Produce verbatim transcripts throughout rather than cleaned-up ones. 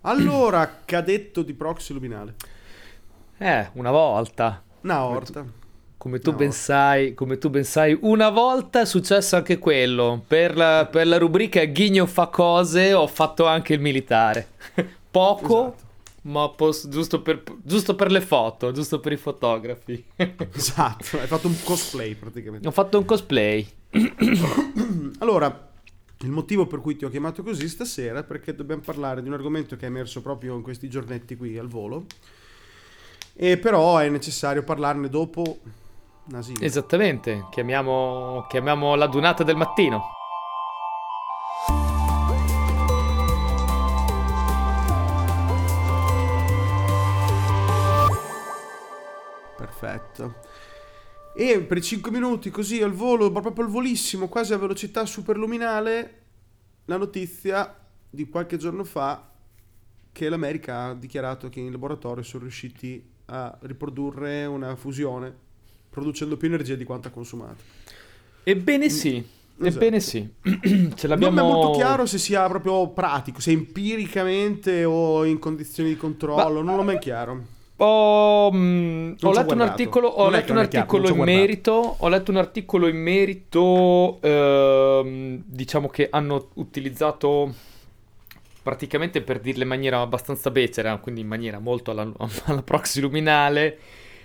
Allora, cadetto di proxy luminale. Eh, una volta. Una volta. Come tu No. ben sai, come tu ben sai, una volta è successo anche quello. Per la, per la rubrica Ghigno fa cose ho fatto anche il militare. Poco, Esatto. ma pos- giusto, per, giusto per le foto, giusto per i fotografi. Esatto, hai fatto un cosplay praticamente. Ho fatto un cosplay. Allora, il motivo per cui ti ho chiamato così stasera è perché dobbiamo parlare di un argomento che è emerso proprio in questi giornetti qui al volo, e però è necessario parlarne dopo una sigla. Esattamente, chiamiamo, chiamiamo la dunata del mattino. Perfetto. E per cinque minuti così al volo, ma proprio al volissimo, quasi a velocità superluminale, la notizia di qualche giorno fa che l'America ha dichiarato che in laboratorio sono riusciti a riprodurre una fusione producendo più energia di quanto ha consumato. Ebbene sì, Esatto. ebbene sì. Ce l'abbiamo... Non mi è molto chiaro se sia proprio pratico, se empiricamente o in condizioni di controllo, Ma- non l'ho ben chiaro. Ho, mm, ci ho ho letto un guardato. articolo, ho Non è letto che un non è chiaro, articolo non ci ho in guardato. merito, ho letto un articolo in merito, ehm, diciamo che hanno utilizzato praticamente, per dirle in maniera abbastanza becera, quindi in maniera molto alla, alla proxy luminale,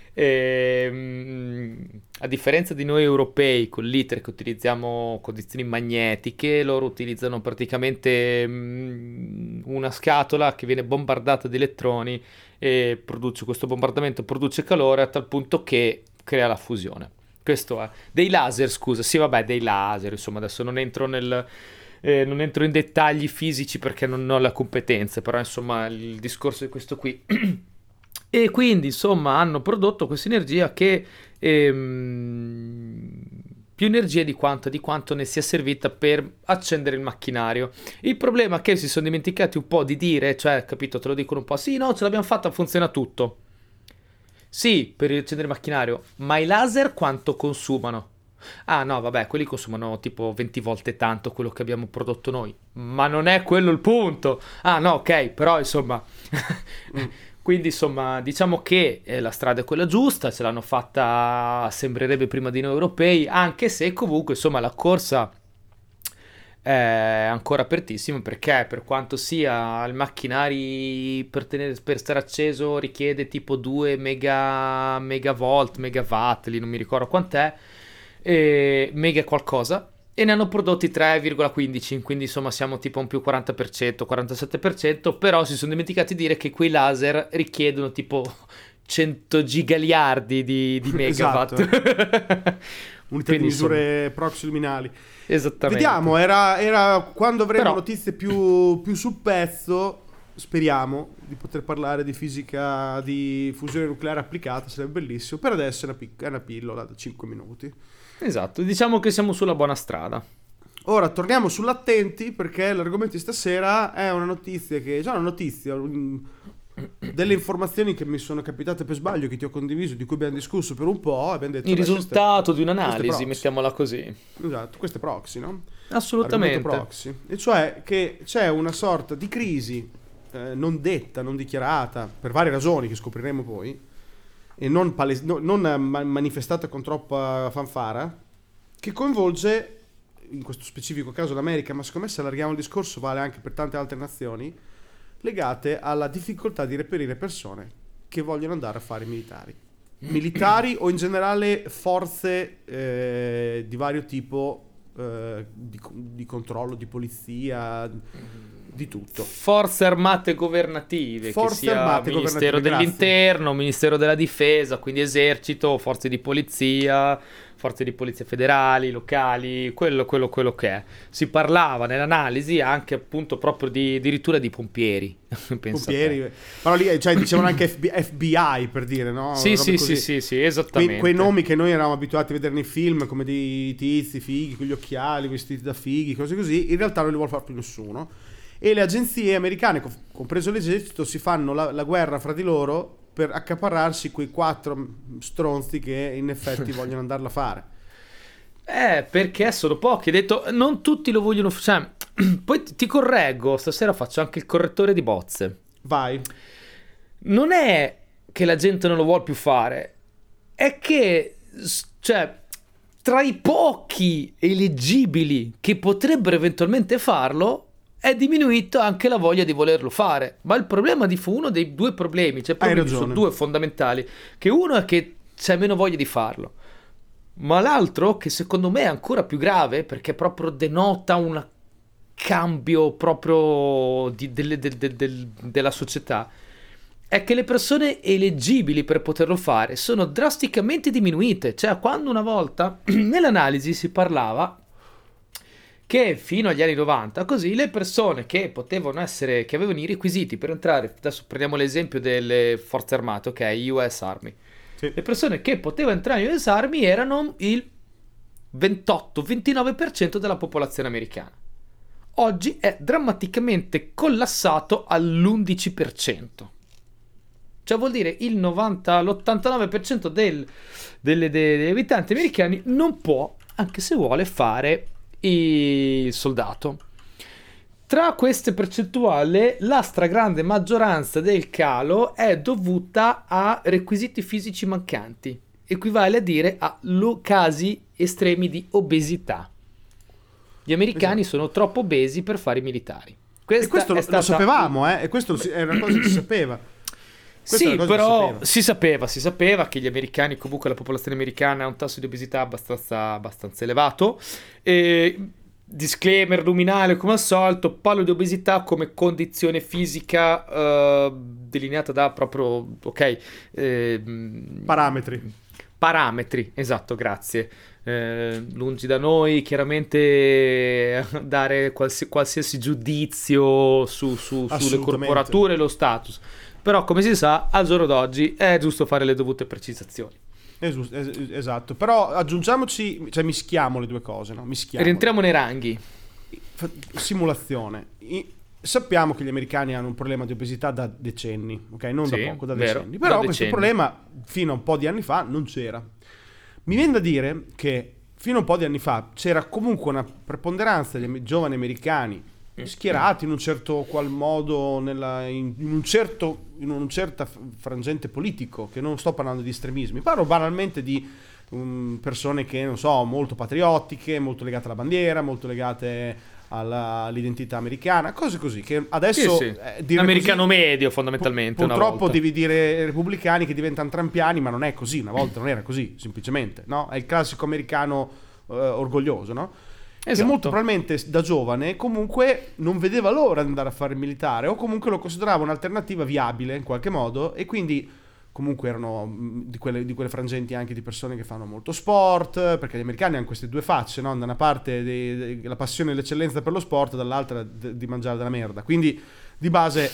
ehm, a differenza di noi europei con l'ITER che utilizziamo condizioni magnetiche, loro utilizzano praticamente mm, una scatola che viene bombardata di elettroni e produce questo bombardamento, produce calore a tal punto che crea la fusione. Questo è. Dei laser, scusa, sì vabbè, dei laser, insomma, adesso non entro nel... eh, non entro in dettagli fisici perché non ho le competenze, però insomma il discorso è questo qui. E quindi insomma hanno prodotto questa energia che ehm, più energia di quanto, di quanto ne sia servita per accendere il macchinario. Il problema è che si sono dimenticati un po' di dire, cioè capito, te lo dicono un po', sì no, ce l'abbiamo fatta, funziona tutto. Sì, per accendere il macchinario, ma i laser quanto consumano? Ah no, vabbè, quelli consumano tipo venti volte tanto quello che abbiamo prodotto noi. Ma non è quello il punto. Ah no, ok, però insomma... Mm. Quindi insomma diciamo che eh, la strada è quella giusta, ce l'hanno fatta, sembrerebbe prima di noi europei, anche se comunque insomma la corsa è ancora apertissima, perché per quanto sia il macchinari per, tenere, per stare acceso richiede tipo due mega, megavolt, megawatt, lì non mi ricordo quant'è, e mega qualcosa, e ne hanno prodotti tre virgola quindici, quindi insomma siamo tipo un più quaranta per cento, quarantasette per cento, però si sono dimenticati di dire che quei laser richiedono tipo cento gigaliardi di, di megawatt. Esatto. Unità Quindi, di misure proxy luminali. Esattamente. Vediamo, era, era quando avremo Però- notizie più, più sul pezzo, speriamo di poter parlare di fisica di fusione nucleare applicata, sarebbe bellissimo. Per adesso è una, pic- è una pillola da cinque minuti. Esatto, diciamo che siamo sulla buona strada. Ora torniamo sull'attenti, perché l'argomento di stasera è una notizia che, già una notizia, un- delle informazioni che mi sono capitate per sbaglio, che ti ho condiviso, di cui abbiamo discusso per un po', e abbiamo detto Il "Beh, risultato di queste è un'analisi, proxy". mettiamola così. Esatto, questo è proxy, no? Assolutamente. Argomento proxy. E cioè che c'è una sorta di crisi eh, non detta, non dichiarata, per varie ragioni che scopriremo poi, e non, pales- no- non ma- manifestata con troppa fanfara, che coinvolge, in questo specifico caso l'America, ma secondo me se allarghiamo il discorso vale anche per tante altre nazioni, legate alla difficoltà di reperire persone che vogliono andare a fare i militari. Militari o in generale forze eh, di vario tipo, eh, di, di controllo, di polizia, di tutto. Forze armate governative, Forze che sia armate Ministero governative, dell'Interno, Ministero della Difesa, quindi esercito, forze di polizia, forze di polizia federali, locali, quello, quello, quello che è. Si parlava nell'analisi anche appunto proprio di addirittura di pompieri. Pensa a te. Pompieri, però lì cioè, dicevano anche F B- F B I per dire, no? Sì, Robe sì, così. sì, sì, sì, Quei, esattamente. quei nomi che noi eravamo abituati a vedere nei film, come dei tizi fighi con gli occhiali, vestiti da fighi, cose così, in realtà non li vuole fare più nessuno. E le agenzie americane, co- compreso l'esercito, si fanno la, la guerra fra di loro per accaparrarsi quei quattro stronzi che in effetti vogliono andarla a fare. Eh, perché sono pochi. Hai detto, non tutti lo vogliono. Cioè, poi ti- ti correggo, stasera faccio anche il correttore di bozze. Vai. Non è che la gente non lo vuole più fare, è che, cioè, tra i pochi eleggibili che potrebbero eventualmente farlo, è diminuito anche la voglia di volerlo fare. Ma il problema di fu uno dei due problemi, cioè problemi sono due fondamentali, che uno è che c'è meno voglia di farlo, ma l'altro, che secondo me è ancora più grave, perché proprio denota un cambio proprio di, del, del, del, del, della società, è che le persone eleggibili per poterlo fare sono drasticamente diminuite. Cioè, quando una volta nell'analisi si parlava che fino agli anni novanta, così, le persone che potevano essere, che avevano i requisiti per entrare, adesso prendiamo l'esempio delle forze armate, ok, U S Army, sì. Le persone che potevano entrare in U S Army erano il ventotto ventinove per cento della popolazione americana. Oggi è drammaticamente collassato all'undici per cento. Cioè vuol dire il novanta, l'ottantanove per cento del, delle, degli abitanti americani non può, anche se vuole, fare il soldato. Tra queste percentuali, la stragrande maggioranza del calo è dovuta a requisiti fisici mancanti, equivale a dire a lo- casi estremi di obesità. Gli americani esatto. sono troppo obesi per fare i militari. Questa e questo è lo, stata... lo sapevamo, eh? E questo è una cosa che si sapeva. Questa Sì, però si sapeva. si sapeva, si sapeva che gli americani, comunque la popolazione americana ha un tasso di obesità abbastanza, abbastanza elevato. E, disclaimer luminale come al solito, parlo di obesità come condizione fisica uh, delineata da proprio, ok, eh, parametri. Parametri, esatto, grazie. Eh, lungi da noi chiaramente dare qualsi, qualsiasi giudizio su, su, sulle corporature e lo status. Però, come si sa, al giorno d'oggi è giusto fare le dovute precisazioni. Es- es- esatto, però aggiungiamoci, cioè mischiamo le due cose, no? Mischiamo. Rientriamo nei ranghi. Simulazione. I- sappiamo che gli americani hanno un problema di obesità da decenni, ok? Non sì, da poco, da vero, decenni. Però da questo decenni. problema fino a un po' di anni fa non c'era. Mi viene da dire che fino a un po' di anni fa c'era comunque una preponderanza degli giovani americani schierati in un certo qual modo nella, in, in un certo in un certa frangente politico, che non sto parlando di estremismi, parlo banalmente di um, persone che non so, molto patriottiche, molto legate alla bandiera, molto legate alla, all'identità americana, cose così che adesso sì, sì. Eh, americano così, medio fondamentalmente pu- purtroppo devi dire repubblicani che diventano trampiani, ma non è così, una volta non era così semplicemente, no? È il classico americano uh, orgoglioso, no? Esatto. Che molto probabilmente da giovane comunque non vedeva l'ora di andare a fare il militare, o comunque lo considerava un'alternativa viabile in qualche modo, e quindi comunque erano di quelle, di quelle frangenti anche di persone che fanno molto sport, perché gli americani hanno queste due facce, no? Da una parte de, de, la passione e l'eccellenza per lo sport, dall'altra de, di mangiare della merda, quindi di base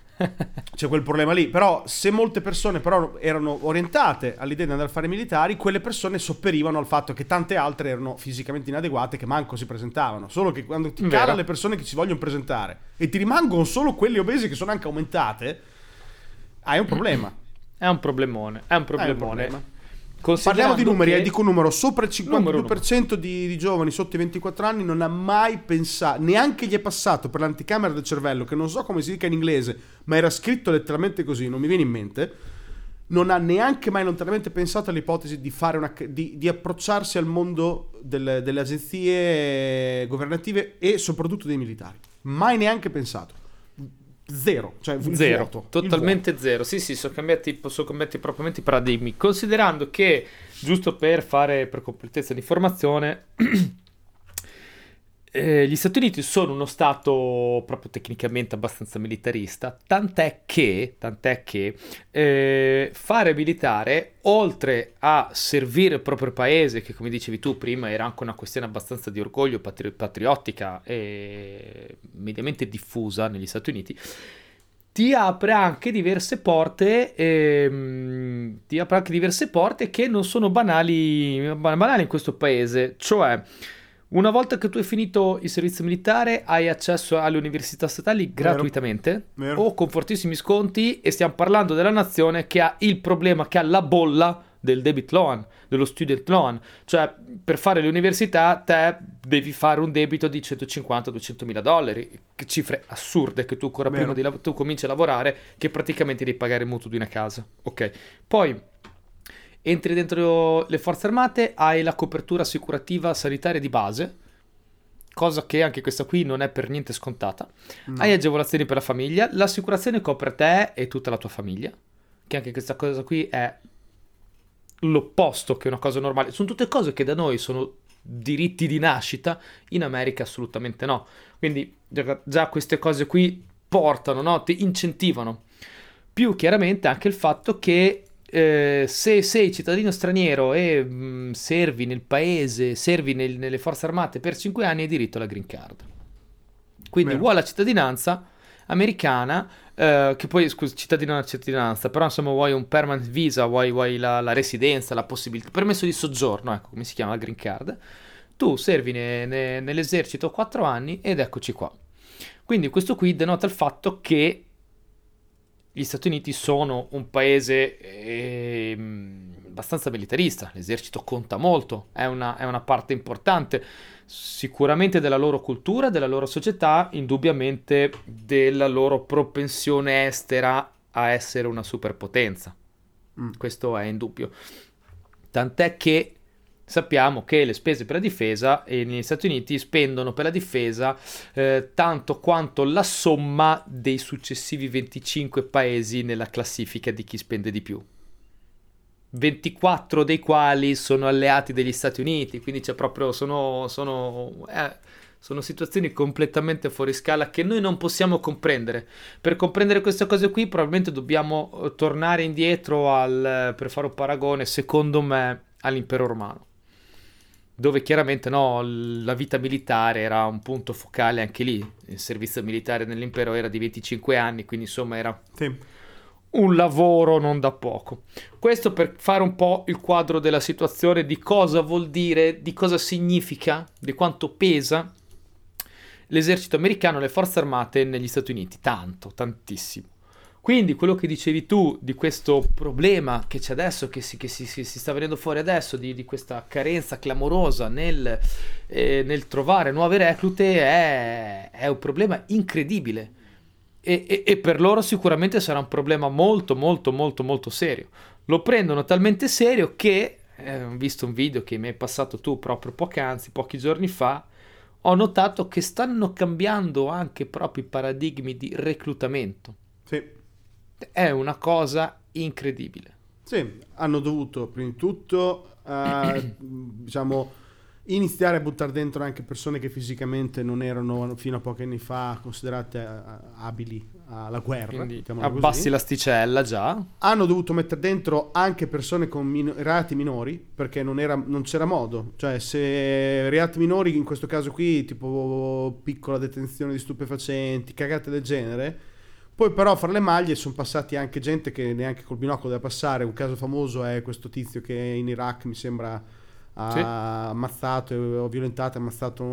c'è quel problema lì. Però se molte persone però erano orientate all'idea di andare a fare militari, quelle persone sopperivano al fatto che tante altre erano fisicamente inadeguate, che manco si presentavano. Solo che quando ti cala le persone che si vogliono presentare e ti rimangono solo quelle obese, che sono anche aumentate, hai un problema. È un problemone, è un problemone. È un Parliamo di numeri, che... eh, dico un numero, sopra il cinquantadue per cento di, di giovani sotto i ventiquattro anni non ha mai pensato, neanche gli è passato per l'anticamera del cervello, che non so come si dica in inglese, ma era scritto letteralmente così, non mi viene in mente, non ha neanche mai lontanamente pensato all'ipotesi di fare una, di, di approcciarsi al mondo delle, delle agenzie governative e soprattutto dei militari. Mai neanche pensato. Zero, cioè zero, vuoto, totalmente zero. Sì, sì, sono cambiati, sono cambiati propriamente i paradigmi. Considerando che, giusto per fare per completezza di informazione, eh, gli Stati Uniti sono uno stato proprio tecnicamente abbastanza militarista, tant'è che, tant'è che eh, fare militare, oltre a servire il proprio paese, che come dicevi tu prima era anche una questione abbastanza di orgoglio patri- patriottica e mediamente diffusa negli Stati Uniti, ti apre anche diverse porte ehm, ti apre anche diverse porte che non sono banali banali in questo paese. Cioè, una volta che tu hai finito il servizio militare, hai accesso alle università statali gratuitamente, Vero. o con fortissimi sconti, e stiamo parlando della nazione che ha il problema, che ha la bolla del debit loan, dello student loan. Cioè, per fare l'università te devi fare un debito di centocinquanta duecento mila dollari, che cifre assurde, che tu ancora Vero. prima di lav- tu cominci a lavorare, che praticamente devi pagare il mutuo di una casa. Ok, poi entri dentro le forze armate, hai la copertura assicurativa sanitaria di base, cosa che anche questa qui non è per niente scontata. No. Hai agevolazioni per la famiglia, l'assicurazione copre te e tutta la tua famiglia, che anche questa cosa qui è l'opposto che una cosa normale. Sono tutte cose che da noi sono diritti di nascita, in America assolutamente no. Quindi già, già queste cose qui portano, no? Ti incentivano. Più chiaramente anche il fatto che eh, se sei cittadino straniero e mh, servi nel paese, servi nel- nelle forze armate per cinque anni, hai diritto alla green card. Quindi Vero. vuoi la cittadinanza americana, eh, che poi, scusa, cittadinanza, cittadinanza, però insomma vuoi un permanent visa, vuoi, vuoi la, la residenza, la possibilità, permesso di soggiorno, ecco come si chiama la green card, tu servi ne- ne- nell'esercito quattro anni ed eccoci qua. Quindi questo qui denota il fatto che gli Stati Uniti sono un paese ehm, abbastanza militarista, l'esercito conta molto, è una, è una parte importante sicuramente della loro cultura, della loro società, indubbiamente della loro propensione estera a essere una superpotenza. Mm. Questo è indubbio. Tant'è che sappiamo che le spese per la difesa e negli Stati Uniti spendono per la difesa eh, tanto quanto la somma dei successivi venticinque paesi nella classifica di chi spende di più. ventiquattro dei quali sono alleati degli Stati Uniti, quindi c'è proprio sono, sono, eh, sono situazioni completamente fuori scala che noi non possiamo comprendere. Per comprendere queste cose qui probabilmente dobbiamo eh, tornare indietro al, per fare un paragone, secondo me, all'impero romano, dove chiaramente no, la vita militare era un punto focale anche lì. Il servizio militare nell'impero era di venticinque anni, quindi insomma era Sì. un lavoro non da poco. Questo per fare un po' il quadro della situazione, di cosa vuol dire, di cosa significa, di quanto pesa l'esercito americano, le forze armate negli Stati Uniti. Tanto, tantissimo. Quindi quello che dicevi tu di questo problema che c'è adesso, che si, che si, si, si sta venendo fuori adesso, di, di questa carenza clamorosa nel, eh, nel trovare nuove reclute, è, è un problema incredibile. E, e, e per loro sicuramente sarà un problema molto molto molto molto serio. Lo prendono talmente serio che, eh, ho visto un video che mi hai passato tu proprio poc'anzi, pochi giorni fa, ho notato che stanno cambiando anche proprio i paradigmi di reclutamento. Sì. È una cosa incredibile. Sì, hanno dovuto prima di tutto eh, diciamo iniziare a buttare dentro anche persone che fisicamente non erano fino a pochi anni fa considerate eh, abili alla guerra. Quindi mettiamola così. abbassi l'asticella già. Hanno dovuto mettere dentro anche persone con min- reati minori, perché non, era, non c'era modo. Cioè, se reati minori, in questo caso qui, tipo piccola detenzione di stupefacenti, cagate del genere, poi però a fare le maglie sono passati anche gente che neanche col binocolo deve passare. Un caso famoso è questo tizio che in Iraq, mi sembra, ha Sì. ammazzato o violentato, ha ammazzato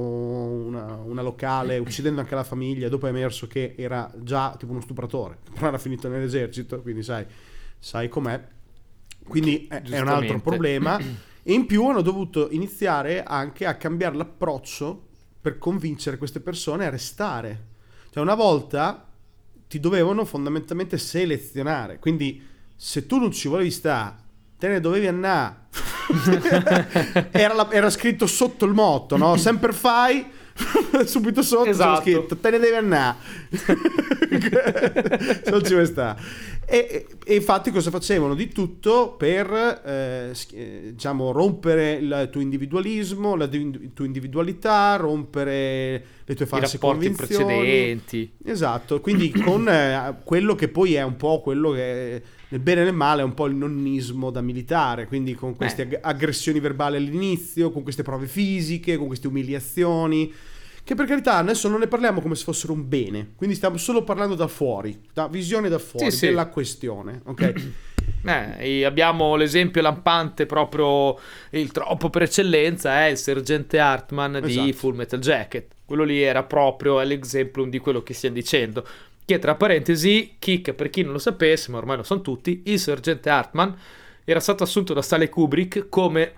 una, una locale, uccidendo anche la famiglia. Dopo è emerso che era già tipo uno stupratore, però era finito nell'esercito, quindi sai, sai com'è. Quindi è, è un altro Giustamente. problema. E in più hanno dovuto iniziare anche a cambiare l'approccio per convincere queste persone a restare. Cioè, una volta ti dovevano fondamentalmente selezionare, quindi se tu non ci volevi stare, te ne dovevi andare. era, la- era scritto sotto il motto, no? Sempre fai, subito sotto c'era Esatto. scritto te ne devi andare. Non ci vuoi stare. E, e infatti cosa facevano? Di tutto per eh, sch- eh, diciamo rompere il tuo individualismo, la di- tua individualità, rompere le tue I false rapporti convinzioni. precedenti. Esatto, quindi con eh, quello che poi è un po' quello che nel bene e nel male è un po' il nonnismo da militare, quindi con queste Eh. ag- aggressioni verbali all'inizio, con queste prove fisiche, con queste umiliazioni, che per carità adesso non ne parliamo come se fossero un bene, quindi stiamo solo parlando da fuori, da visione da fuori Sì, sì. della questione, ok? Eh, e abbiamo l'esempio lampante, proprio il troppo per eccellenza, è il sergente Hartman di Esatto. Full Metal Jacket. Quello lì era proprio l'esempio di quello che stiamo dicendo. Che tra parentesi, chicca per chi non lo sapesse, ma ormai lo sanno tutti, il sergente Hartman era stato assunto da Stanley Kubrick come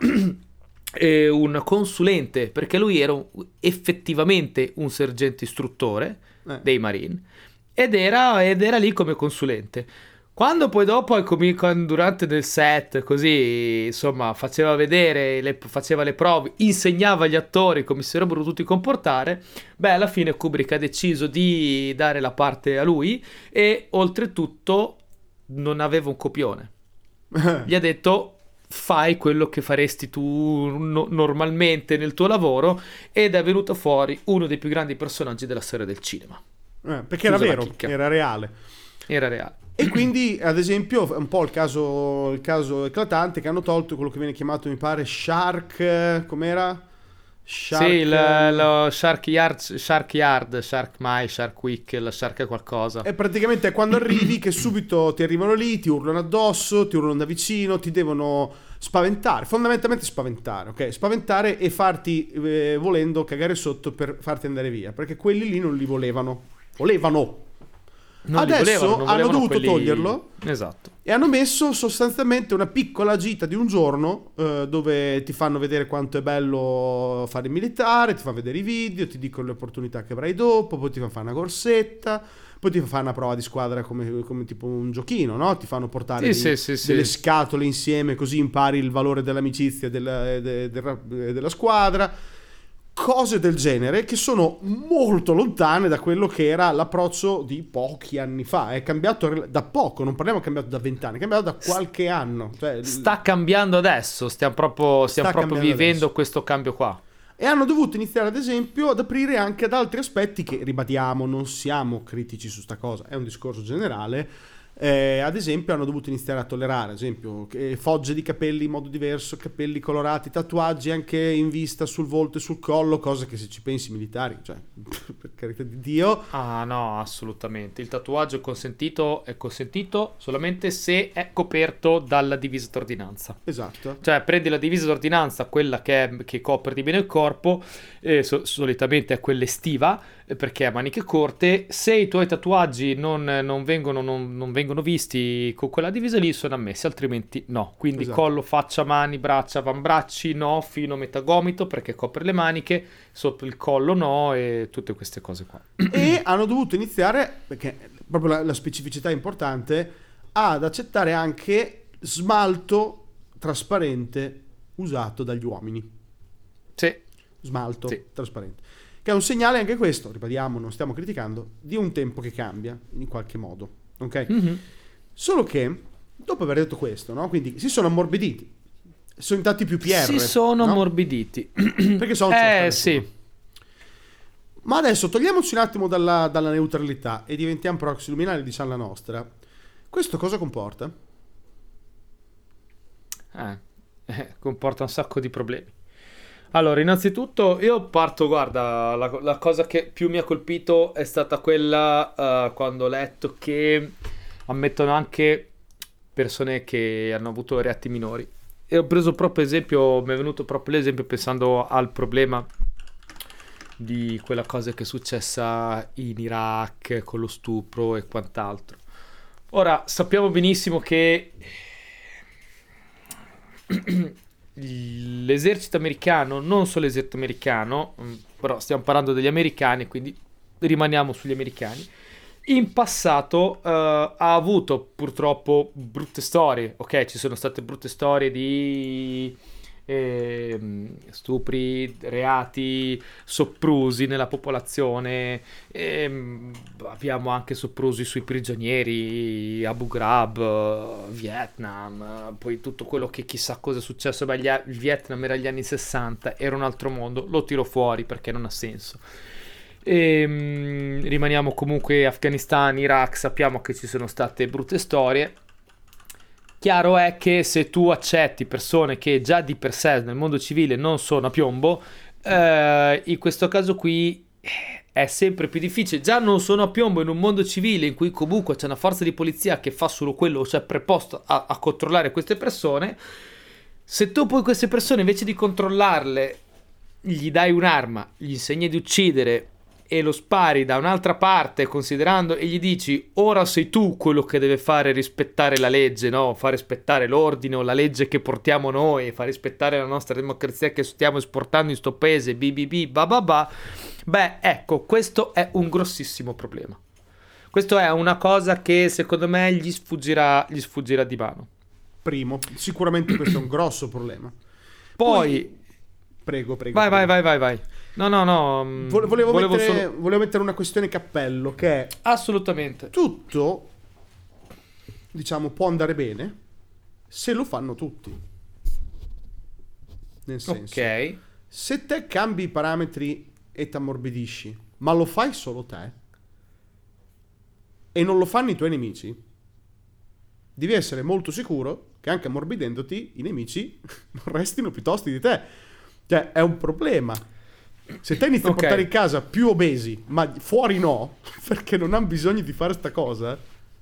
eh, un consulente, perché lui era un, effettivamente un sergente istruttore eh. dei Marine, ed era, ed era lì come consulente. Quando poi dopo, durante del set, così, insomma, faceva vedere, le, faceva le prove, insegnava agli attori come si sarebbero dovuti comportare, beh, alla fine Kubrick ha deciso di dare la parte a lui e, oltretutto, non aveva un copione. Gli ha detto, fai quello che faresti tu no, normalmente nel tuo lavoro, ed è venuto fuori uno dei più grandi personaggi della storia del cinema. Eh, perché era vero, era reale. Era reale. E quindi, ad esempio, un po' il caso, il caso eclatante, che hanno tolto quello che viene chiamato, mi pare, Shark, com'era? Shark... Sì, il, lo Shark Yard, Shark Yard, Shark Mai, Shark Week, la Shark qualcosa. E praticamente è quando arrivi che subito ti arrivano lì, ti urlano addosso, ti urlano da vicino, ti devono spaventare, fondamentalmente spaventare, ok? Spaventare e farti, eh, volendo, cagare sotto per farti andare via, perché quelli lì non li volevano. Volevano! Non Adesso volevano, non hanno dovuto quelli... toglierlo, esatto, e hanno messo sostanzialmente una piccola gita di un giorno eh, dove ti fanno vedere quanto è bello fare il militare, ti fanno vedere i video, ti dicono le opportunità che avrai dopo, poi ti fanno fare una corsetta, poi ti fanno fare una prova di squadra come, come tipo un giochino, no? Ti fanno portare sì, dei, sì, sì, delle sì. scatole insieme, così impari il valore dell'amicizia e della, de, de, de, della squadra. Cose del genere che sono molto lontane da quello che era l'approccio di pochi anni fa. È cambiato da poco, non parliamo cambiato da vent'anni, è cambiato da qualche anno. Cioè, sta cambiando adesso, stiamo proprio, stiamo sta proprio vivendo adesso. questo cambio qua. E hanno dovuto iniziare, ad esempio, ad aprire anche ad altri aspetti che, ribadiamo, non siamo critici su sta cosa, è un discorso generale. Eh, ad esempio hanno dovuto iniziare a tollerare, ad esempio, eh, fogge di capelli in modo diverso, capelli colorati, tatuaggi anche in vista sul volto e sul collo, cosa che, se ci pensi, militari, cioè per carità di Dio. Ah no, assolutamente, il tatuaggio è consentito, è consentito solamente se è coperto dalla divisa d'ordinanza. Esatto. Cioè prendi la divisa d'ordinanza, quella che, è, che copre di bene il corpo, eh, so, solitamente è quella estiva, eh, perché ha maniche corte. Se i tuoi tatuaggi non, non, vengono, non, non vengono visti con quella divisa lì, sono ammessi, altrimenti no. Quindi esatto. Collo, faccia, mani, braccia, avambracci no, fino a metà gomito perché copre le maniche, sotto il collo no, e tutte queste cose qua. E hanno dovuto iniziare, perché proprio la, la specificità è importante, ad accettare anche smalto trasparente usato dagli uomini. Sì. Smalto sì. trasparente. Che è un segnale anche questo, ripetiamo, non stiamo criticando, di un tempo che cambia in qualche modo. Ok? Mm-hmm. Solo che, dopo aver detto questo, no? Quindi si sono ammorbiditi. Sono diventati più P R. Si sono no? ammorbiditi. Perché sono... Eh, sì. Ma adesso togliamoci un attimo dalla, dalla neutralità e diventiamo proxy luminari, diciamo la nostra. Questo cosa comporta? Eh, eh, comporta un sacco di problemi. Allora, innanzitutto io parto, guarda, la, la cosa che più mi ha colpito è stata quella uh, quando ho letto che ammettono anche persone che hanno avuto reati minori. E ho preso proprio esempio, mi è venuto proprio l'esempio pensando al problema di quella cosa che è successa in Iraq con lo stupro e quant'altro. Ora, sappiamo benissimo che l'esercito americano, non solo l'esercito americano, però stiamo parlando degli americani, quindi rimaniamo sugli americani, in passato uh, ha avuto purtroppo brutte storie. Ok, ci sono state brutte storie di eh, stupri, reati, soprusi nella popolazione, eh, abbiamo anche soprusi sui prigionieri, Abu Ghraib, Vietnam, poi tutto quello che chissà cosa è successo. Beh, il Vietnam era gli anni sessanta, era un altro mondo, lo tiro fuori perché non ha senso. E, um, rimaniamo comunque Afghanistan, Iraq, sappiamo che ci sono state brutte storie. Chiaro è che se tu accetti persone che già di per sé nel mondo civile non sono a piombo, eh, in questo caso qui è sempre più difficile. Già non sono a piombo in un mondo civile in cui comunque c'è una forza di polizia che fa solo quello, cioè preposto a, a controllare queste persone. Se tu poi queste persone, invece di controllarle, gli dai un'arma, gli insegni di uccidere e lo spari da un'altra parte, considerando, e gli dici ora sei tu quello che deve fare rispettare la legge, no? Fa rispettare l'ordine o la legge che portiamo noi, fa rispettare la nostra democrazia che stiamo esportando in sto paese, bi bi bi, ba ba ba. Beh, ecco, questo è un grossissimo problema. Questo è una cosa che secondo me gli sfuggirà, gli sfuggirà di mano. Primo, sicuramente questo è un grosso problema. Poi, Poi prego, prego. Vai, prego. vai, vai, vai, vai. No, no, no. mh, Vo- Volevo, volevo mettere, solo- volevo mettere una questione cappello che è Assolutamente. tutto, diciamo, può andare bene se lo fanno tutti. Nel senso, Ok. se te cambi i parametri e ti ammorbidisci, ma lo fai solo te e non lo fanno i tuoi nemici, devi essere molto sicuro che anche ammorbidendoti i nemici non restino più tosti di te. Cioè, è un problema. Se te inizi Ok. a portare in casa più obesi, ma fuori no, perché non hanno bisogno di fare sta cosa,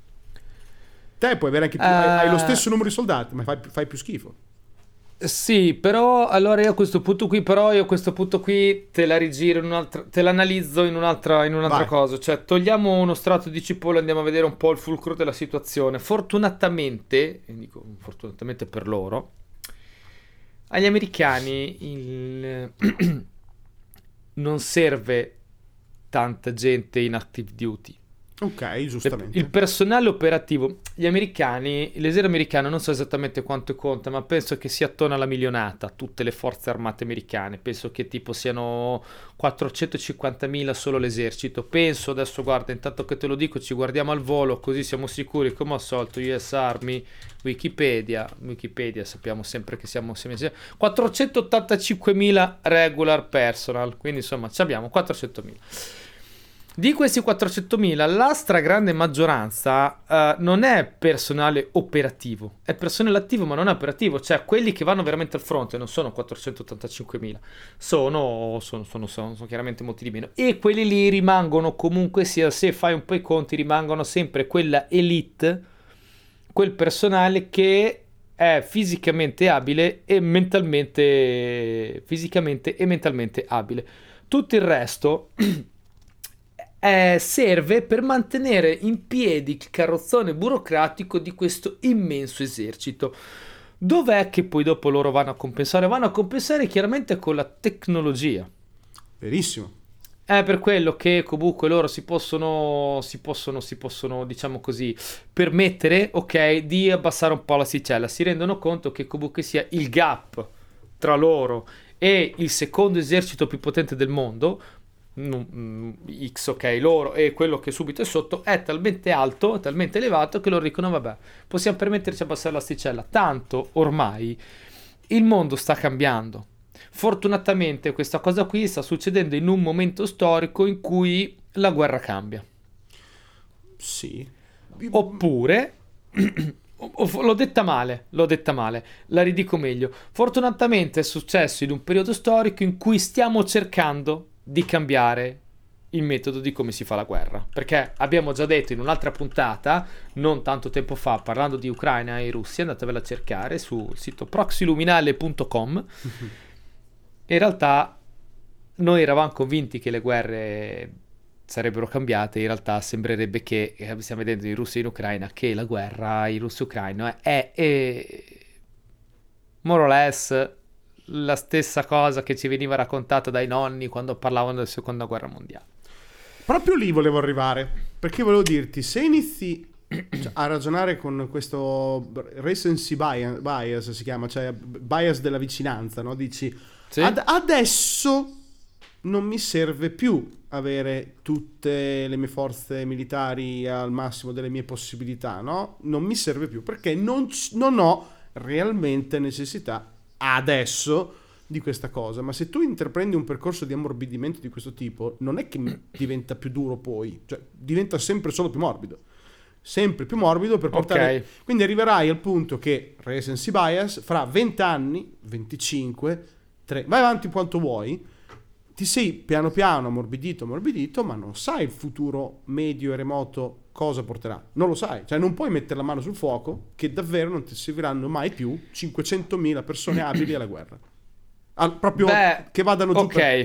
te puoi avere anche più... hai, hai lo Eh. stesso numero di soldati, ma fai, fai più schifo. Sì, però allora io a questo punto qui, però io a questo punto qui te la rigiro in un'altra, te l'analizzo in un'altra, in un'altra Vai. cosa. Cioè, togliamo uno strato di cipolla e andiamo a vedere un po' il fulcro della situazione. Fortunatamente, e dico fortunatamente per loro, agli americani il... non serve tanta gente in active duty. Ok, giustamente. Il personale operativo, gli americani, l'esercito americano non so esattamente quanto conta, ma penso che sia attorno alla milionata, tutte le forze armate americane. Penso che tipo siano quattrocentocinquantamila solo l'esercito. Penso, adesso guarda, intanto che te lo dico, ci guardiamo al volo, così siamo sicuri, come al solito, U S Army, Wikipedia, Wikipedia sappiamo sempre che siamo quattrocentottantacinquemila regular personnel, quindi insomma ci abbiamo quattrocentomila. Di questi quattrocentomila, la stragrande maggioranza eh, non è personale operativo, è personale attivo ma non è operativo, cioè quelli che vanno veramente al fronte non sono quattrocentottantacinquemila, sono, sono, sono, sono, sono chiaramente molti di meno, e quelli lì rimangono comunque sia, se fai un po' i conti, rimangono sempre quella elite, quel personale che è fisicamente abile e mentalmente, fisicamente e mentalmente abile. Tutto il resto... Eh, serve per mantenere in piedi il carrozzone burocratico di questo immenso esercito. Dov'è che poi dopo loro vanno a compensare? Vanno a compensare chiaramente con la tecnologia. Verissimo. È per quello che comunque loro si possono, si possono, si possono, diciamo così, permettere, ok, di abbassare un po' l'asticella. Si rendono conto che comunque sia il gap tra loro e il secondo esercito più potente del mondo, X, ok, loro e quello che subito è sotto, è talmente alto, talmente elevato che loro dicono vabbè, possiamo permetterci di abbassare l'asticella, tanto ormai il mondo sta cambiando. Fortunatamente questa cosa qui sta succedendo in un momento storico in cui la guerra cambia. Sì. Oppure l'ho detta male, l'ho detta male, la ridico meglio. Fortunatamente è successo in un periodo storico in cui stiamo cercando di cambiare il metodo di come si fa la guerra, perché abbiamo già detto in un'altra puntata non tanto tempo fa, parlando di Ucraina e Russia, andatevela a cercare sul sito proxyluminale punto com. In realtà noi eravamo convinti che le guerre sarebbero cambiate, in realtà sembrerebbe che, stiamo vedendo in Russia e in Ucraina, che la guerra in Russia e Ucraina è, è more or less la stessa cosa che ci veniva raccontata dai nonni quando parlavano della seconda guerra mondiale. Proprio lì volevo arrivare, perché volevo dirti, se inizi a ragionare con questo recency bias, bias si chiama, cioè bias della vicinanza, no? Dici, Sì? ad- adesso non mi serve più avere tutte le mie forze militari al massimo delle mie possibilità, no? Non mi serve più, perché non, c- non ho realmente necessità adesso di questa cosa. Ma se tu intraprendi un percorso di ammorbidimento di questo tipo, non è che diventa più duro poi, cioè diventa sempre solo più morbido, sempre più morbido per portare, Ok. quindi arriverai al punto che recency bias fra venti anni, venticinque, tre, vai avanti quanto vuoi, ti sei piano piano ammorbidito ammorbidito, ma non sai il futuro medio e remoto cosa porterà, non lo sai, cioè non puoi mettere la mano sul fuoco che davvero non ti serviranno mai più cinquecentomila persone abili alla guerra. Al- proprio Beh, che vadano giù ok. per-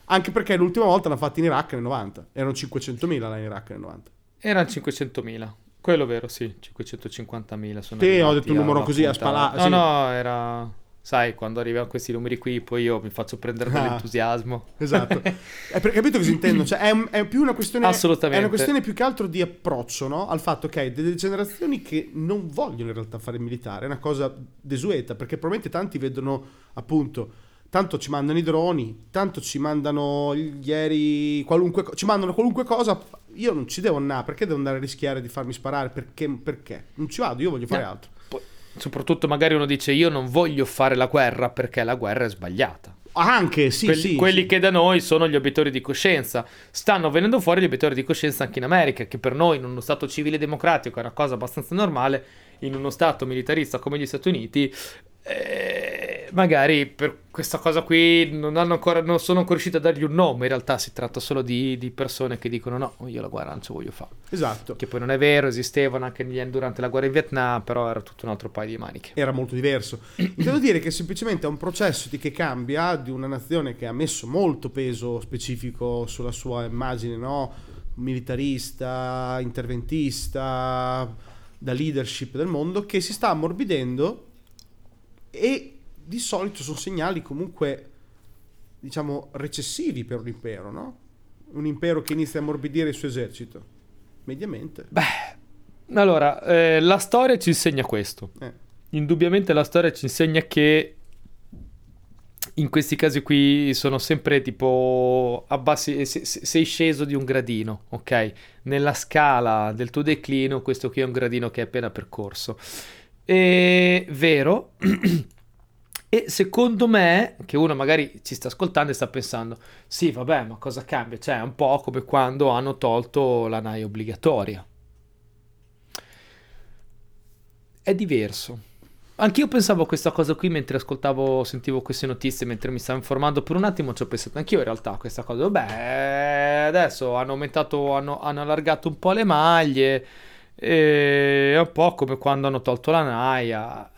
Anche perché l'ultima volta l'hanno fatto in Iraq nel novanta. Erano cinquecentomila là in Iraq nel novanta. Erano cinquecentomila. Quello vero, sì, cinquecentocinquantamila sono Te ho arrivati detto un numero alla così a punta. spalare. No, sì. no, era... Sai, quando arrivano questi numeri qui, poi io mi faccio prendere Ah. dall'entusiasmo. Esatto. È per capito cosa intendo? Cioè, è, un- è più una questione. Assolutamente. È una questione più che altro di approccio, no? Al fatto che hai delle generazioni che non vogliono in realtà fare il militare. È una cosa desueta, perché probabilmente tanti vedono appunto. Tanto ci mandano i droni, tanto ci mandano gli aerei, qualunque co- ci mandano qualunque cosa. Io non ci devo andare, perché devo andare a rischiare di farmi sparare? Perché? Perché? Non ci vado, io voglio fare No. altro. Poi, soprattutto magari uno dice io non voglio fare la guerra perché la guerra è sbagliata. Anche, sì, quelli, sì. quelli sì. che da noi sono gli obiettori di coscienza. Stanno venendo fuori gli obiettori di coscienza anche in America, che per noi in uno stato civile democratico è una cosa abbastanza normale, in uno stato militarista come gli Stati Uniti eh, magari per questa cosa qui non hanno ancora non sono ancora riuscito a dargli un nome. In realtà si tratta solo di, di persone che dicono no, io la guerra non ce voglio fare. Esatto. Che poi non è vero, esistevano anche negli anni durante la guerra in Vietnam, però era tutto un altro paio di maniche. Era molto diverso. Intendo dire che semplicemente è un processo di che cambia di una nazione che ha messo molto peso specifico sulla sua immagine, no? Militarista, interventista, da leadership del mondo, che si sta ammorbidendo, e di solito sono segnali comunque, diciamo, recessivi per un impero, no? Un impero che inizia a ammorbidire il suo esercito, mediamente. Beh, allora, eh, la storia ci insegna questo. Eh. Indubbiamente la storia ci insegna che in questi casi qui sono sempre tipo abbassi, se- se- sei sceso di un gradino, ok? Nella scala del tuo declino, questo qui è un gradino che hai appena percorso. È vero. E secondo me, che uno magari ci sta ascoltando e sta pensando, sì, vabbè, ma cosa cambia? Cioè, è un po' come quando hanno tolto la N A I obbligatoria. È diverso. Anch'io pensavo a questa cosa qui mentre ascoltavo, sentivo queste notizie, mentre mi stavo informando. Per un attimo ci ho pensato anch'io in realtà a questa cosa. Beh, adesso hanno aumentato, hanno, hanno allargato un po' le maglie. E è un po' come quando hanno tolto la N A I. a-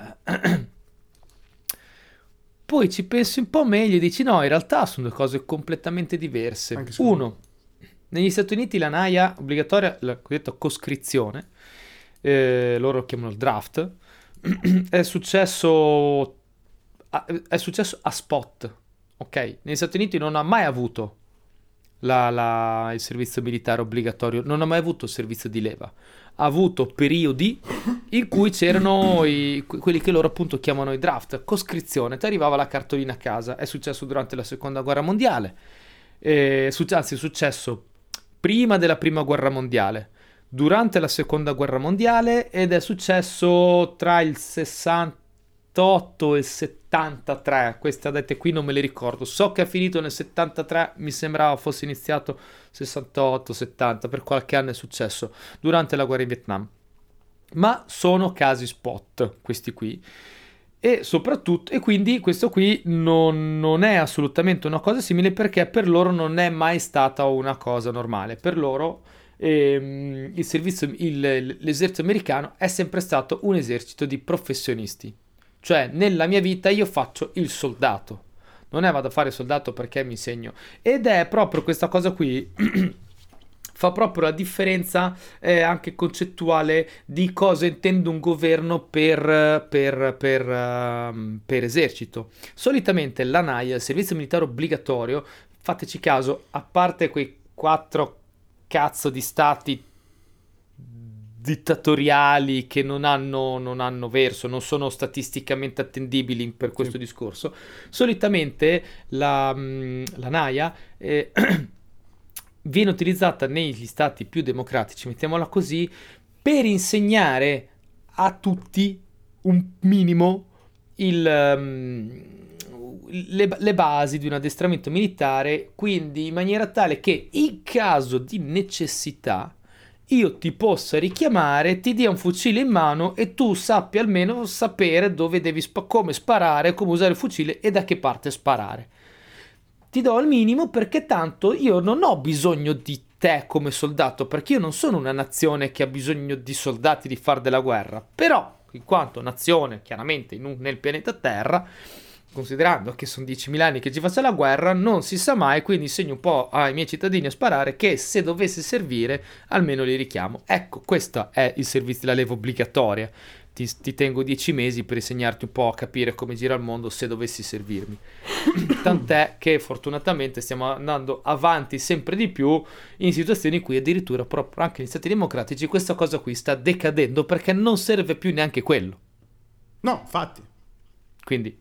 Poi ci pensi un po' meglio e dici no, in realtà sono due cose completamente diverse. Anche secondo me. Uno, negli Stati Uniti la N A I A obbligatoria, la cosiddetta coscrizione, eh, loro lo chiamano il draft, è successo a, è successo a spot, ok? Negli Stati Uniti non ha mai avuto la- la- il servizio militare obbligatorio, non ha mai avuto il servizio di leva, ha avuto periodi in cui c'erano i- que- quelli che loro appunto chiamano i draft, coscrizione, ti arrivava la cartolina a casa. È successo durante la seconda guerra mondiale, è succe- anzi è successo prima della prima guerra mondiale, durante la seconda guerra mondiale, ed è successo tra il sessantotto e il settantatré. Queste date qui non me le ricordo, so che è finito nel settantatré, mi sembrava fosse iniziato sessantotto settanta, per qualche anno è successo durante la guerra in Vietnam. Ma sono casi spot questi qui, e soprattutto, e quindi questo qui non, non è assolutamente una cosa simile, perché per loro non è mai stata una cosa normale. Per loro ehm, il servizio, il- l'esercito americano è sempre stato un esercito di professionisti. Cioè, nella mia vita io faccio il soldato, non è vado a fare il soldato perché mi insegno. Ed è proprio questa cosa qui fa proprio la differenza eh, anche concettuale di cosa intende un governo per, per, per, ehm, per esercito. Solitamente l'A N A I A, il servizio militare obbligatorio, fateci caso, a parte quei quattro cazzo di stati dittatoriali che non hanno, non hanno verso, non sono statisticamente attendibili per questo Sì. discorso, solitamente la, mh, la N A I A eh, viene utilizzata negli stati più democratici, mettiamola così, per insegnare a tutti un minimo il, um, le, le basi di un addestramento militare, quindi in maniera tale che in caso di necessità io ti possa richiamare, ti dia un fucile in mano e tu sappi almeno sapere dove devi spa- come sparare, come usare il fucile e da che parte sparare. Ti do il minimo perché tanto io non ho bisogno di te come soldato, perché io non sono una nazione che ha bisogno di soldati di far della guerra, però in quanto nazione chiaramente in un- nel pianeta Terra considerando che sono diecimila anni che ci faccia la guerra, non si sa mai, quindi insegno un po' ai miei cittadini a sparare che se dovesse servire almeno li richiamo. Ecco, questo è il servizio della leva obbligatoria. Ti, ti tengo dieci mesi per insegnarti un po' a capire come gira il mondo se dovessi servirmi. Tant'è che fortunatamente stiamo andando avanti sempre di più in situazioni in cui addirittura proprio anche negli Stati Democratici questa cosa qui sta decadendo perché non serve più neanche quello. No, infatti. Quindi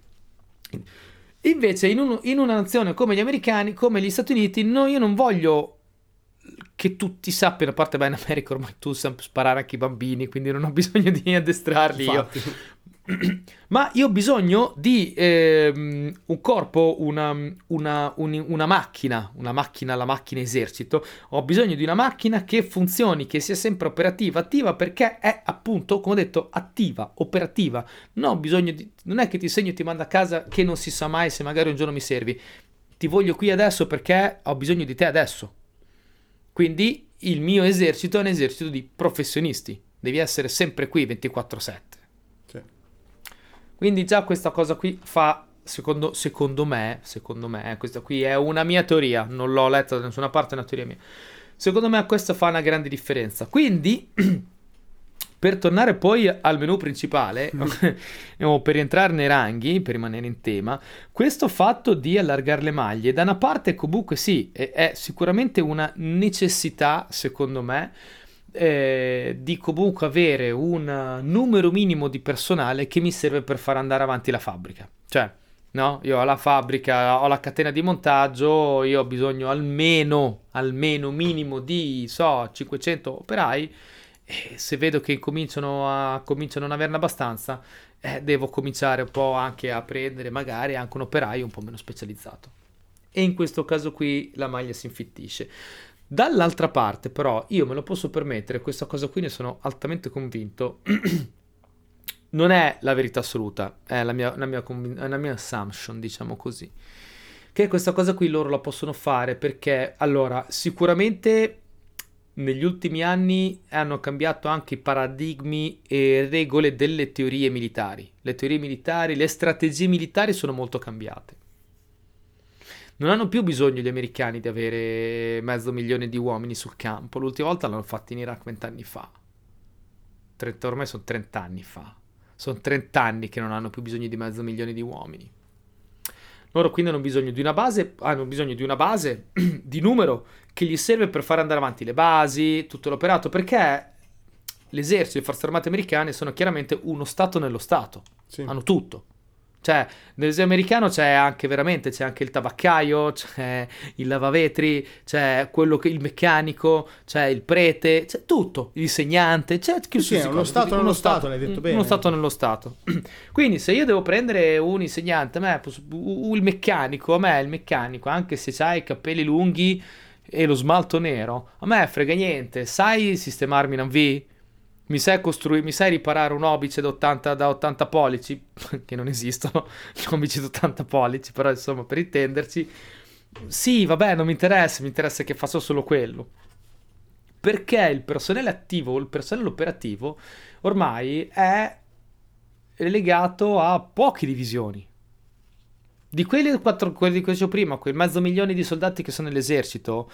invece in, un, in una nazione come gli americani, come gli Stati Uniti, no, io non voglio che tutti sappiano, a parte beh, in America ormai tu sai sparare anche i bambini, quindi non ho bisogno di addestrarli io. Ma io ho bisogno di ehm, un corpo, una, una, un, una macchina, una macchina, la macchina esercito, ho bisogno di una macchina che funzioni, che sia sempre operativa, attiva, perché è appunto, come ho detto, attiva, operativa. Non ho bisogno di, non è che ti segno e ti mando a casa che non si sa mai se magari un giorno mi servi. Ti voglio qui adesso perché ho bisogno di te adesso. Quindi il mio esercito è un esercito di professionisti, devi essere sempre qui ventiquattro sette. Sì. Quindi già questa cosa qui fa, secondo, secondo me, secondo me, eh, questa qui è una mia teoria, non l'ho letta da nessuna parte, è una teoria mia. Secondo me questo fa una grande differenza. Quindi, per tornare poi al menu principale, o per entrare nei ranghi, per rimanere in tema, questo fatto di allargare le maglie, da una parte comunque sì, è, è sicuramente una necessità, secondo me, eh, di comunque avere un numero minimo di personale che mi serve per far andare avanti la fabbrica. Cioè, no, io ho la fabbrica, ho la catena di montaggio, io ho bisogno almeno, almeno minimo di, so, cinquecento operai. E se vedo che cominciano a, cominciano a non averne abbastanza, eh, devo cominciare un po' anche a prendere magari anche un operaio un po' meno specializzato. E in questo caso qui la maglia si infittisce. Dall'altra parte però io me lo posso permettere, questa cosa qui ne sono altamente convinto, non è la verità assoluta, è la mia, la mia, convin- è la mia assumption, diciamo così, che questa cosa qui loro la possono fare perché allora sicuramente negli ultimi anni hanno cambiato anche i paradigmi e regole delle teorie militari. Le teorie militari, le strategie militari sono molto cambiate. Non hanno più bisogno gli americani di avere mezzo milione di uomini sul campo. L'ultima volta l'hanno fatto in Iraq vent'anni fa. trenta, ormai sono trenta anni fa. Sono trenta anni che non hanno più bisogno di mezzo milione di uomini. Loro quindi hanno bisogno di una base, hanno bisogno di una base di numero che gli serve per fare andare avanti le basi, tutto l'operato, perché l'esercito e le forze armate americane sono chiaramente uno stato nello stato, sì. Hanno tutto. Cioè, nell'esercito americano c'è anche veramente, c'è anche il tabaccaio, c'è il lavavetri, c'è quello che il meccanico, c'è il prete, c'è tutto, l'insegnante, c'è sì, sì, uno stato nello stato, stato, l'hai detto bene. Uno stato nello stato. Quindi se io devo prendere un insegnante, a me, il meccanico, a me il meccanico, anche se c'hai i capelli lunghi e lo smalto nero, a me frega niente, sai sistemarmi un V? Mi sai costruire, mi sai riparare un obice da ottanta, da ottanta pollici, che non esistono, gli obici da ottanta pollici, però insomma per intenderci, sì vabbè non mi interessa, mi interessa che faccio solo quello. Perché il personale attivo, il personale operativo, ormai è legato a poche divisioni. Di quelli, quattro, quelli che dicevo prima, quel mezzo milione di soldati che sono nell'esercito,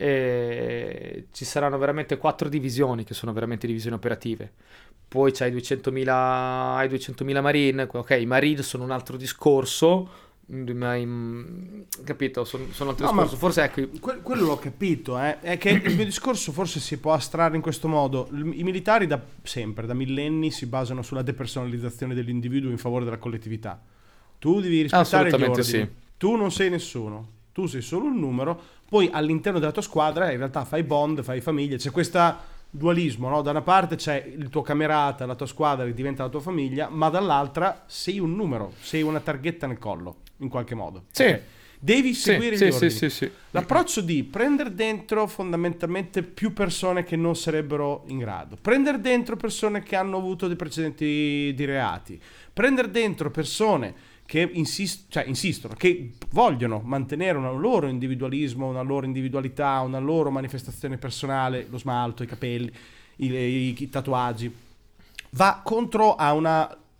eh, ci saranno veramente quattro divisioni che sono veramente divisioni operative. Poi c'hai duecentomila, hai duecentomila marine, ok, i marine sono un altro discorso, ma in, capito, sono, sono un altro no, discorso. Forse ecco, que- quello l'ho capito, eh, è che il mio discorso forse si può astrarre in questo modo. I militari da sempre, da millenni, si basano sulla depersonalizzazione dell'individuo in favore della collettività. Tu devi rispettare gli ordini, sì. Tu non sei nessuno, tu sei solo un numero, poi all'interno della tua squadra in realtà fai bond, fai famiglia, c'è questo dualismo, no? Da una parte c'è il tuo camerata, la tua squadra che diventa la tua famiglia, ma dall'altra sei un numero, sei una targhetta nel collo, in qualche modo. Sì. Okay? Devi seguire sì, gli sì, ordini. Sì, sì, sì. L'approccio di prendere dentro fondamentalmente più persone che non sarebbero in grado, prendere dentro persone che hanno avuto dei precedenti di reati, prendere dentro persone che insist- cioè, insistono, che vogliono mantenere un loro individualismo, una loro individualità, una loro manifestazione personale, lo smalto, i capelli, i, i, i tatuaggi, va contro a una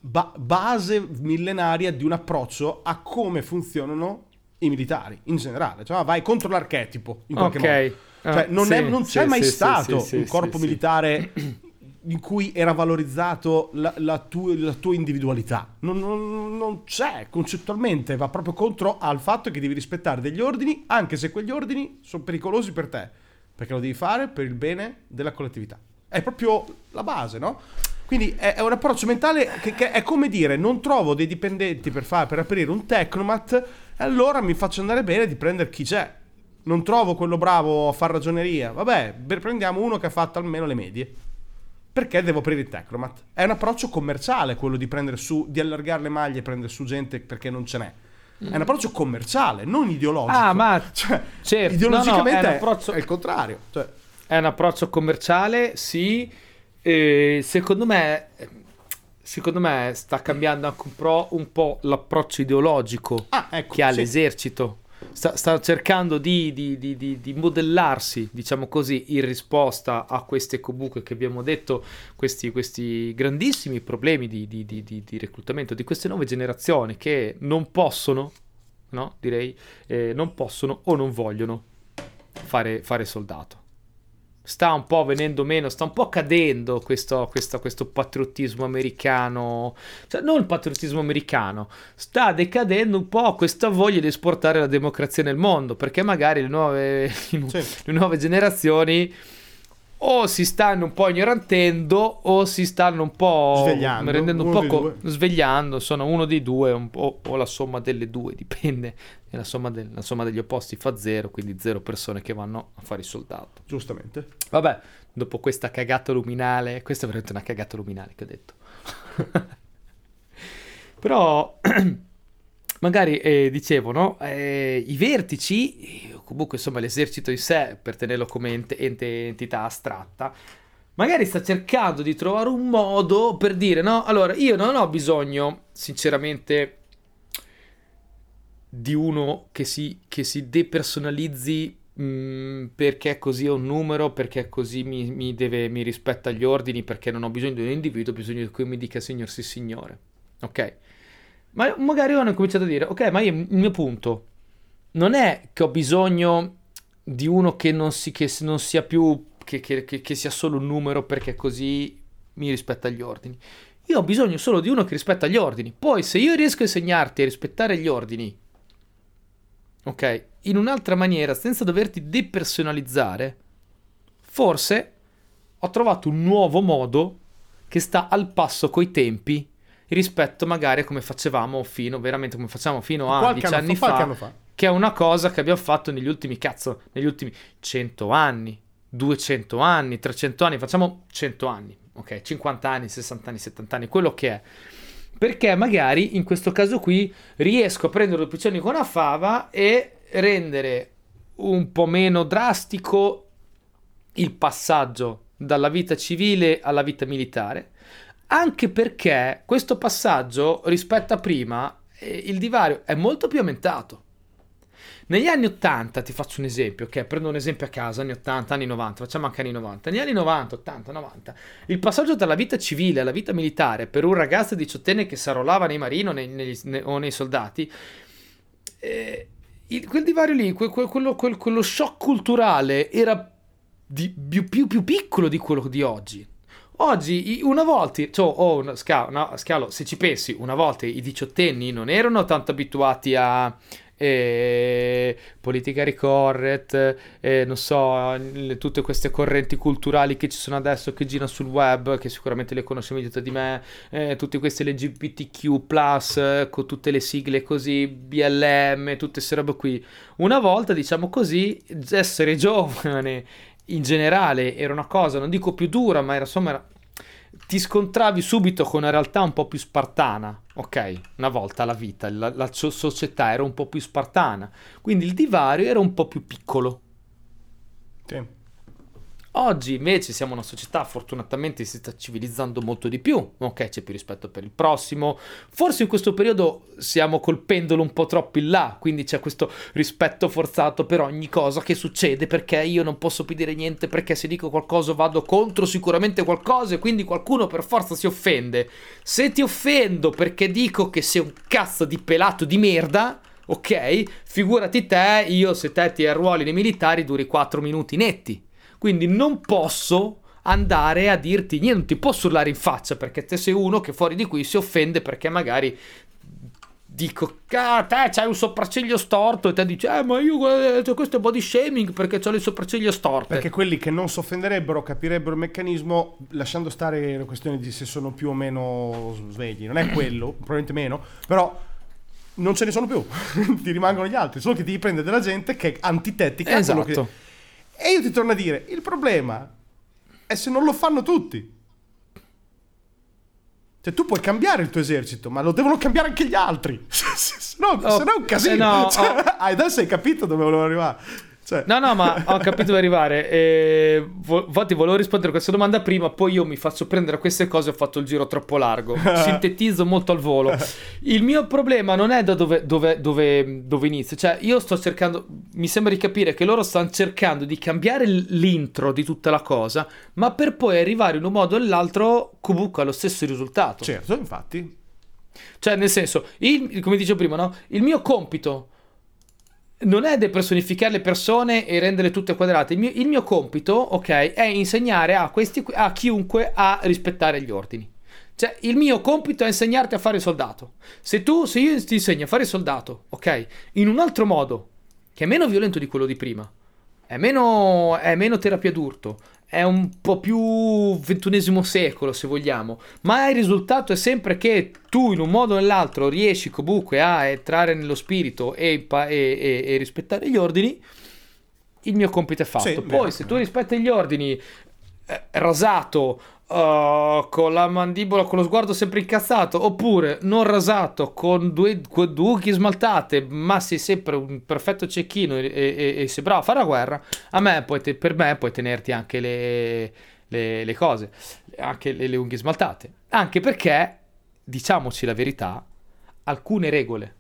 ba- base millenaria di un approccio a come funzionano i militari in generale, cioè vai contro l'archetipo in qualche Ok. modo. Cioè, Ah, non, è- sì, non c'è sì, mai sì, stato sì, sì, un sì, corpo sì. militare in cui era valorizzato la, la tua, la tua individualità. Non, non- non c'è, concettualmente va proprio contro al fatto che devi rispettare degli ordini, anche se quegli ordini sono pericolosi per te, perché lo devi fare per il bene della collettività. È proprio la base, no? Quindi è, è un approccio mentale che, che è come dire: non trovo dei dipendenti per, fare, per aprire un Tecnomat, e allora mi faccio andare bene di prendere chi c'è. Non trovo quello bravo a far ragioneria, vabbè, beh, prendiamo uno che ha fatto almeno le medie. Perché devo aprire il Tecnomat? È un approccio commerciale quello di prendere su, di allargare le maglie e prendere su gente perché non ce n'è. È un approccio commerciale, non ideologico. Ah, ma cioè, certo, ideologicamente no, no, è un è, approccio- è il contrario. Cioè, È un approccio commerciale, sì. E secondo me, secondo me sta cambiando anche un, pro- un po' l'approccio ideologico ah, ecco, che ha sì. l'esercito. Sta, sta cercando di, di- di- di- di modellarsi, diciamo così, in risposta a queste, comunque, che abbiamo detto, questi, questi grandissimi problemi di, di- di- di- di reclutamento di queste nuove generazioni che non possono, no, direi, eh, non possono o non vogliono fare, fare soldato. Sta un po' venendo meno, sta un po' cadendo questo, questo, questo patriottismo americano, cioè non il patriottismo americano, sta decadendo un po' questa voglia di esportare la democrazia nel mondo, perché magari le nuove, Sì. le nuove generazioni o si stanno un po' ignorantendo o si stanno un po' Svegliando, rendendo un uno dei po' due. svegliando, sono uno dei due un po', o la somma delle due, dipende, e la somma, del- la somma degli opposti fa zero, quindi zero persone che vanno a fare il soldato. Giustamente. Vabbè, dopo questa cagata luminale, questa è veramente una cagata luminale che ho detto. Però, magari, eh, dicevo, no? Eh, i vertici, eh, comunque insomma l'esercito in sé, per tenerlo come ente- ente- entità astratta, magari sta cercando di trovare un modo per dire, no? Allora, io non ho bisogno, sinceramente, di uno che si, che si depersonalizzi, mh, perché così è un numero, perché così mi, mi deve, mi rispetta gli ordini, perché non ho bisogno di un individuo, ho bisogno di cui mi dica signor sì signore. Ok? Ma magari hanno cominciato a dire, ok, ma io, il mio punto non è che ho bisogno di uno che non, si, che non sia più, che, che, che, che sia solo un numero perché così mi rispetta gli ordini. Io ho bisogno solo di uno che rispetta gli ordini. Poi se io riesco a insegnarti a rispettare gli ordini, ok, in un'altra maniera, senza doverti depersonalizzare, forse ho trovato un nuovo modo che sta al passo coi tempi rispetto magari a come facevamo fino, veramente come facciamo fino a Qualche dieci anno anni fa, qualche fa, anno fa. che è una cosa che abbiamo fatto negli ultimi, cazzo, negli ultimi cento anni, duecento anni, trecento anni, facciamo cento anni, ok, cinquanta anni, sessanta anni, settanta anni, quello che è. Perché magari in questo caso qui riesco a prendere due piccioni con una fava e rendere un po' meno drastico il passaggio dalla vita civile alla vita militare, anche perché questo passaggio rispetto a prima, eh, il divario è molto più aumentato. Negli anni ottanta, ti faccio un esempio, ok? Prendo un esempio a caso, anni ottanta, anni novanta, facciamo anche anni novanta. Negli anni novanta, ottanta, novanta, il passaggio dalla vita civile alla vita militare per un ragazzo diciottenne che si arruolava nei marino nei, negli, ne, o nei soldati, eh, il, quel divario lì, que, que, quello, quel, quello shock culturale era di, più, più, più piccolo di quello di oggi. Oggi, una volta, cioè, oh, no, Scalo, no, Scalo, se ci pensi, una volta i diciottenni non erano tanto abituati a eh, politically correct, eh, non so, le, tutte queste correnti culturali che ci sono adesso, che girano sul web, che sicuramente le conosci meglio di me, eh, tutte queste L G B T Q plus, eh, con tutte le sigle così, B L M, tutte queste robe qui. Una volta, diciamo così, essere giovane in generale era una cosa, non dico più dura, ma era, insomma, era, ti scontravi subito con una realtà un po' più spartana, ok? Una volta la vita, la, la società era un po' più spartana, quindi il divario era un po' più piccolo. Sì. Oggi invece siamo una società, fortunatamente si sta civilizzando molto di più, ok, c'è più rispetto per il prossimo, forse in questo periodo siamo col pendolo un po' troppo in là, quindi c'è questo rispetto forzato per ogni cosa che succede, perché io non posso più dire niente, perché se dico qualcosa vado contro sicuramente qualcosa e quindi qualcuno per forza si offende. Se ti offendo perché dico che sei un cazzo di pelato di merda, ok, figurati te, io se te ti arruoli nei militari duri quattro minuti netti. Quindi non posso andare a dirti niente, non ti posso urlare in faccia perché te sei uno che fuori di qui si offende perché magari dico ah, te c'hai un sopracciglio storto e te dici eh ma io eh, questo è body shaming perché c'ho le sopracciglia storte. Perché quelli che non si offenderebbero capirebbero il meccanismo, lasciando stare la questione di se sono più o meno svegli, non è quello, probabilmente meno, però non ce ne sono più, ti rimangono gli altri, solo che ti prende della gente che è antitetica. Esatto. Che... E io ti torno a dire, il problema è se non lo fanno tutti. Cioè tu puoi cambiare il tuo esercito, ma lo devono cambiare anche gli altri. se no, oh, se no è un casino. eh no, cioè, oh. Adesso hai capito dove volevo arrivare. Cioè. No, no, ma ho capito dove arrivare. E vo- infatti volevo rispondere a questa domanda prima, poi io mi faccio prendere a queste cose, ho fatto il giro troppo largo. Sintetizzo molto al volo. Il mio problema non è da dove, dove, dove, dove inizio. Cioè, io sto cercando, mi sembra di capire che loro stanno cercando di cambiare l'intro di tutta la cosa, ma per poi arrivare in un modo o nell'altro comunque allo stesso risultato. Certo, infatti. Cioè, nel senso, il, come dicevo prima, no? Il mio compito non è depersonificare le persone e renderle tutte quadrate. Il mio, il mio compito, ok, è insegnare a questi a chiunque a rispettare gli ordini. Cioè, il mio compito è insegnarti a fare il soldato. Se tu, se io ti insegno a fare il soldato, ok, in un altro modo, che è meno violento di quello di prima, è meno, è meno terapia d'urto, è un po' più ventunesimo secolo se vogliamo, ma il risultato è sempre che tu in un modo o nell'altro riesci comunque a entrare nello spirito e, e, e, e rispettare gli ordini, il mio compito è fatto. Sì, Poi vero, se tu rispetti gli ordini eh, rasato, uh, con la mandibola, con lo sguardo sempre incazzato, oppure non rasato, con due, con due unghie smaltate, ma sei sempre un perfetto cecchino e, e, e sei bravo a fare la guerra, a me puoi te, per me puoi tenerti anche le, le, le cose, anche le, le unghie smaltate, anche perché, diciamoci la verità, alcune regole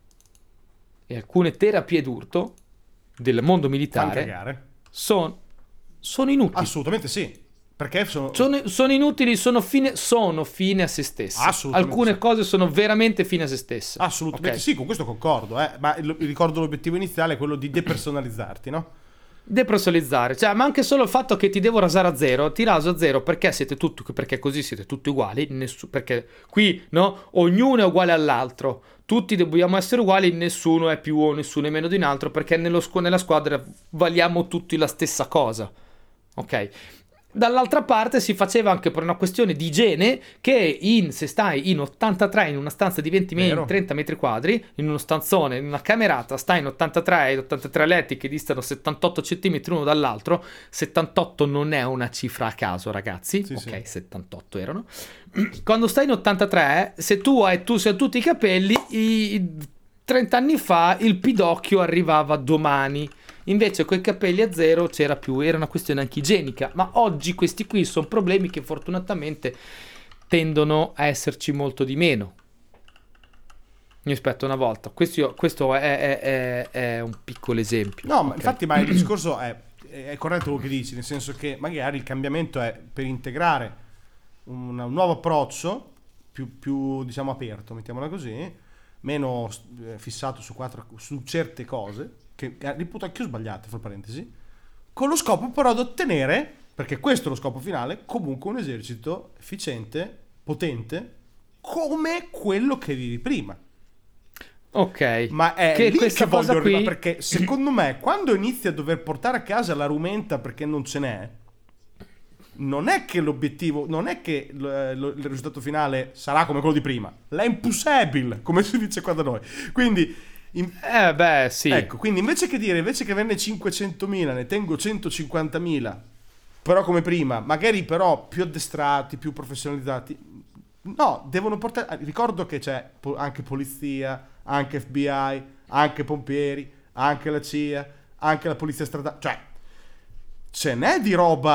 e alcune terapie d'urto del mondo militare sono son inutili. Assolutamente sì. Perché sono... Sono, sono inutili, sono fine, sono fine a se stesse. Alcune sì. cose sono veramente fine a se stesse. Assolutamente okay. Sì, con questo concordo, eh. Ma il, ricordo l'obiettivo iniziale è quello di depersonalizzarti, no? Depersonalizzare, cioè, ma anche solo il fatto che ti devo rasare a zero, ti raso a zero perché siete tutti, perché così siete tutti uguali, nessu, perché qui, no, ognuno è uguale all'altro, tutti dobbiamo essere uguali, nessuno è più o nessuno è meno di un altro, perché nello, nella squadra valiamo tutti la stessa cosa, ok? Dall'altra parte si faceva anche per una questione di igiene che in, se stai in ottantatré in una stanza di venti metri, trenta metri quadri, in uno stanzone, in una camerata, stai in ottantatré, ottantatré letti che distano settantotto centimetri uno dall'altro, settantotto non è una cifra a caso ragazzi, sì, ok, sì. settantotto erano, quando stai in ottantatré, se tu hai, tu sei tutti i capelli, i, trenta anni fa il pidocchio arrivava domani. Invece coi capelli a zero c'era più, era una questione anche igienica, ma oggi questi qui sono problemi che fortunatamente tendono a esserci molto di meno rispetto a una volta. Questo, questo è, è, è, è un piccolo esempio. No, okay. ma infatti ma il discorso è, è corretto quello che dici, nel senso che magari il cambiamento è per integrare un, un nuovo approccio più, più diciamo aperto, mettiamola così, meno fissato su, quattro, su certe cose che riputo anche io sbagliate, fra parentesi, con lo scopo però di ottenere, perché questo è lo scopo finale, comunque un esercito efficiente, potente, come quello che vivi prima. Ok. Ma è che lì questa che voglio cosa qui... arrivare, perché secondo me quando inizi a dover portare a casa la rumenta perché non ce n'è, non è che l'obiettivo, non è che l- l- il risultato finale sarà come quello di prima, è impossibile, come si dice qua da noi. Quindi In... Eh beh sì. Ecco, quindi invece che dire, invece che averne cinquecentomila ne tengo centocinquantamila, però come prima, magari però più addestrati, più professionalizzati, no, devono portare, ricordo che c'è po- anche polizia, anche F B I, anche pompieri, anche la C I A, anche la polizia stradale, cioè ce n'è di roba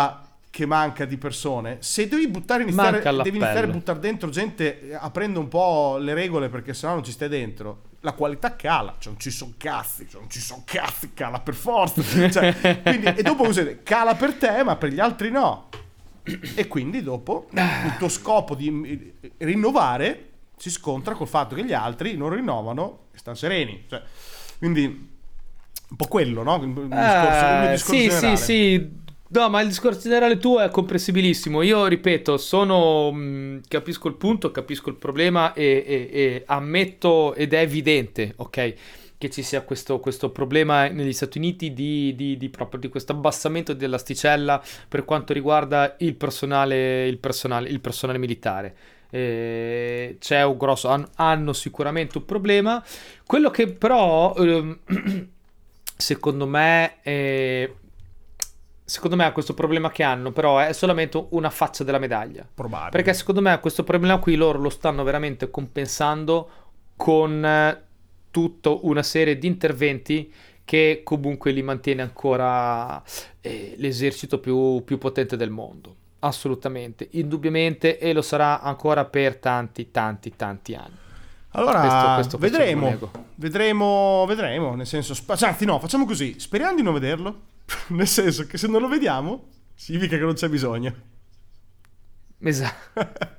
che manca di persone, se devi buttare iniziare, Manca devi iniziare a l'appello. buttare dentro gente eh, aprendo un po' le regole, perché sennò non ci stai dentro, la qualità cala, cioè non ci sono cazzi, cioè non ci sono cazzi, cala per forza, cioè, quindi, e dopo cos'è? Cala per te ma per gli altri no, e quindi dopo il tuo scopo di rinnovare si scontra col fatto che gli altri non rinnovano e stanno sereni, cioè, quindi un po' quello, no? Il discorso, il mio Eh, discorso sì, generale. sì, sì. No, ma il discorso generale tuo è comprensibilissimo. Io ripeto, sono mh, capisco il punto, capisco il problema e, e- e ammetto ed è evidente, ok, che ci sia questo, questo problema negli Stati Uniti di, di, di proprio di questo abbassamento dell'asticella per quanto riguarda il personale, il personale, il personale militare. Eh, c'è un grosso, han- hanno sicuramente un problema. Quello che però ehm, secondo me è, secondo me questo problema che hanno però è solamente una faccia della medaglia, Probabile. perché secondo me questo problema qui loro lo stanno veramente compensando con eh, tutta una serie di interventi che comunque li mantiene ancora eh, l'esercito più, più potente del mondo. Assolutamente, indubbiamente, e lo sarà ancora per tanti, tanti, tanti anni. Allora, Questo- questo- questo vedremo, non nego. vedremo, vedremo, nel senso, sp- cioè, anzi no, facciamo così, speriamo di non vederlo, nel senso che se non lo vediamo, significa che non c'è bisogno. Esatto.